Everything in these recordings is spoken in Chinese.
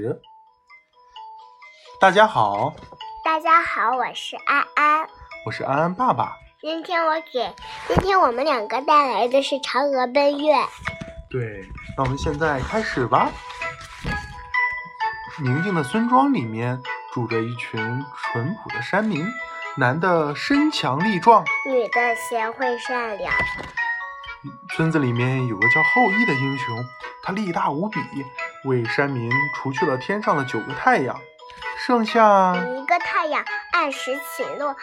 始。大家好， 我是安安， 我是安安爸爸。 今天我们两个带来的是嫦娥奔月。 对，那我们现在开始吧。宁静的村庄里面住着一群淳朴的山民，男的身强力壮， 女的贤惠善良。 村子里面有个叫后羿的英雄，他力大无比，为山民除去了天上的9个太阳，剩下一个太阳按时起落，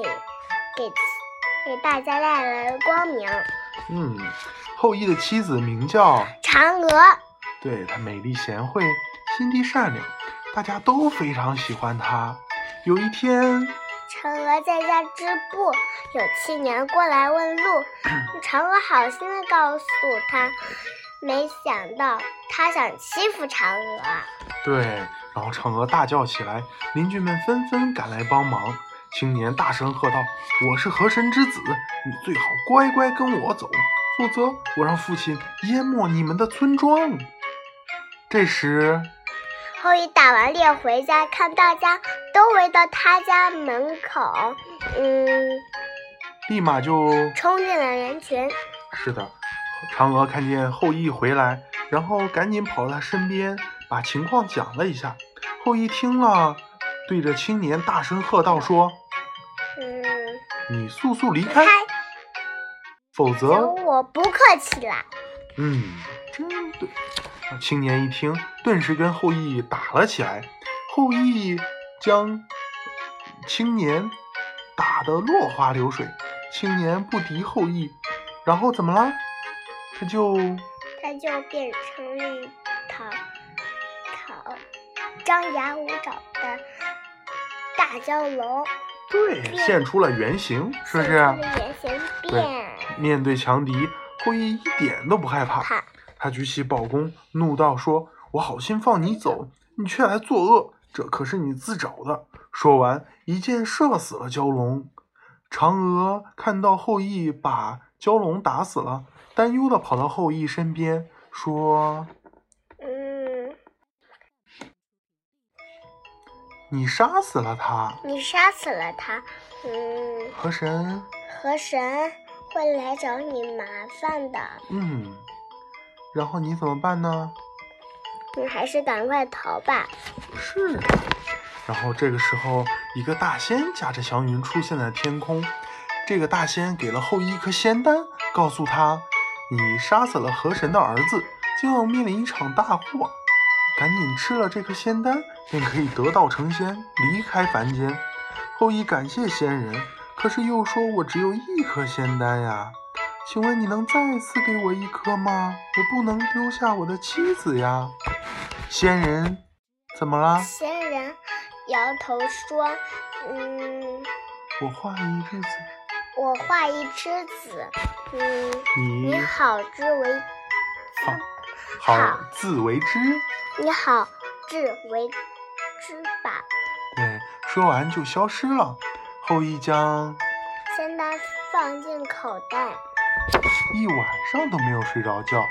给大家带来了光明。 后羿的妻子名叫嫦娥， 对，她美丽贤惠，心地善良，大家都非常喜欢她。有一天， 嫦娥在家织布，有青年过来问路，嫦娥好心的告诉他，没想到他想欺负嫦娥。 对，然后嫦娥大叫起来，邻居们纷纷赶来帮忙。青年大声喝道：“我是河神之子，你最好乖乖跟我走，否则我让父亲淹没你们的村庄。”这时， 后羿打完猎回家，看大家都围到他家门口， 立马就冲进了人群。 是的，嫦娥看见后羿回来，然后赶紧跑到他身边，把情况讲了一下。后羿听了，对着青年大声喝道说：“你速速离开，否则我不客气啦。” 真对。青年一听，顿时跟后羿打了起来。后羿将青年打得落花流水，青年不敌后羿，然后怎么了？他就变成了一条张牙舞爪的大蛟龙。 对，现出了原形，是不是？ 原形对，面对强敌，后羿一点都不害怕。他举起宝弓，怒道说：“我好心放你走，你却来作恶，这可是你自找的。”说完，一箭射死了蛟龙。嫦娥看到后羿把蛟龙打死了，担忧地跑到后羿身边，说：“你杀死了他。河神会来找你麻烦的。 然后你怎么办呢？ 你还是赶快逃吧。 是。然后这个时候，一个大仙驾着祥云出现在天空。这个大仙给了后羿一颗仙丹，告诉他：你杀死了河神的儿子，将要面临一场大祸，赶紧吃了这颗仙丹，便可以得道成仙，离开凡间。后羿感谢仙人，可是又说：我只有1颗仙丹呀，请问你能再次给我1颗吗？我不能丢下我的妻子呀。仙人怎么了？ 仙人摇头说： 我画一只子。你好自为之。 你好自为之吧。 对，说完就消失了。后羿将仙丹放进口袋， 一晚上都没有睡着觉。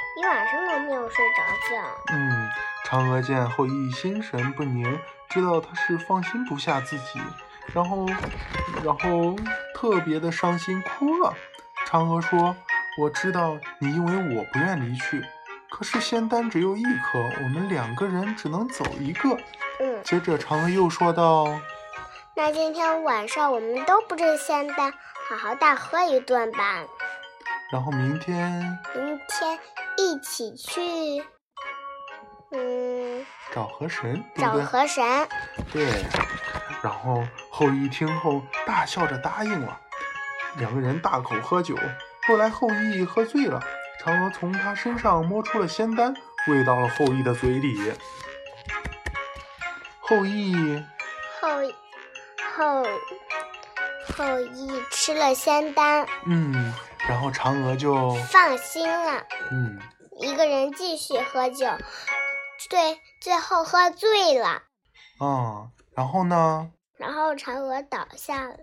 嫦娥见后羿心神不宁，知道他是放心不下自己，然后特别的伤心，哭了。嫦娥说：我知道你因为我不愿离去，可是仙丹只有1颗，我们2个人只能走1个。接着嫦娥又说道： 那今天晚上我们都不吃仙丹，好好大喝一顿吧。 然后明天一起去找河神，对。然后后羿听后大笑着答应了，2个人大口喝酒。后来后羿喝醉了，嫦娥从他身上摸出了仙丹，喂到了后羿的嘴里。后羿吃了仙丹， 然后嫦娥就放心了。一个人继续喝酒，最后喝醉了。 然后呢？ 然后嫦娥倒下了。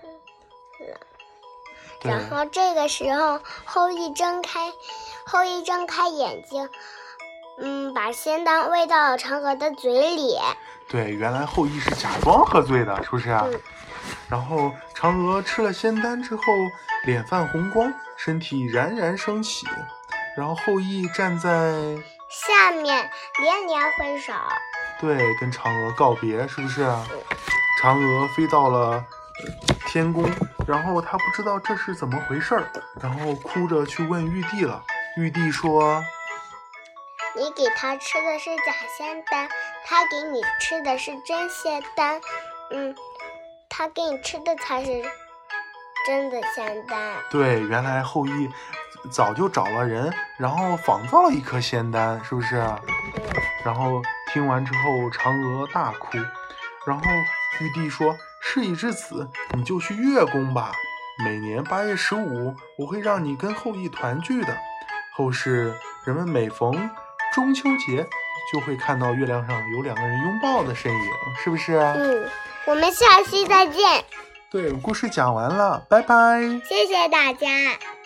然后这个时候，后羿睁开眼睛， 把仙丹喂到了嫦娥的嘴里。 对，原来后羿是假装喝醉的，是不是啊？ 嗯。 然后嫦娥吃了仙丹之后，脸泛红光，身体冉冉升起。然后后羿站在下面连连挥手， 对，跟嫦娥告别，是不是啊？嫦娥飞到了天宫，然后她不知道这是怎么回事儿，然后哭着去问玉帝了。玉帝说：“ 你给他吃的是假仙丹，他给你吃的是真仙丹。他给你吃的才是真的仙丹。” 对，原来后羿早就找了人，然后仿造了一颗仙丹，是不是？然后听完之后，嫦娥大哭。然后玉帝说：“事已至此，你就去月宫吧。每年8月15，我会让你跟后羿团聚的。后世人们每逢中秋节，就会看到月亮上有2个人拥抱的身影，是不是？” 我们下期再见。 对，故事讲完了，拜拜。 谢谢大家。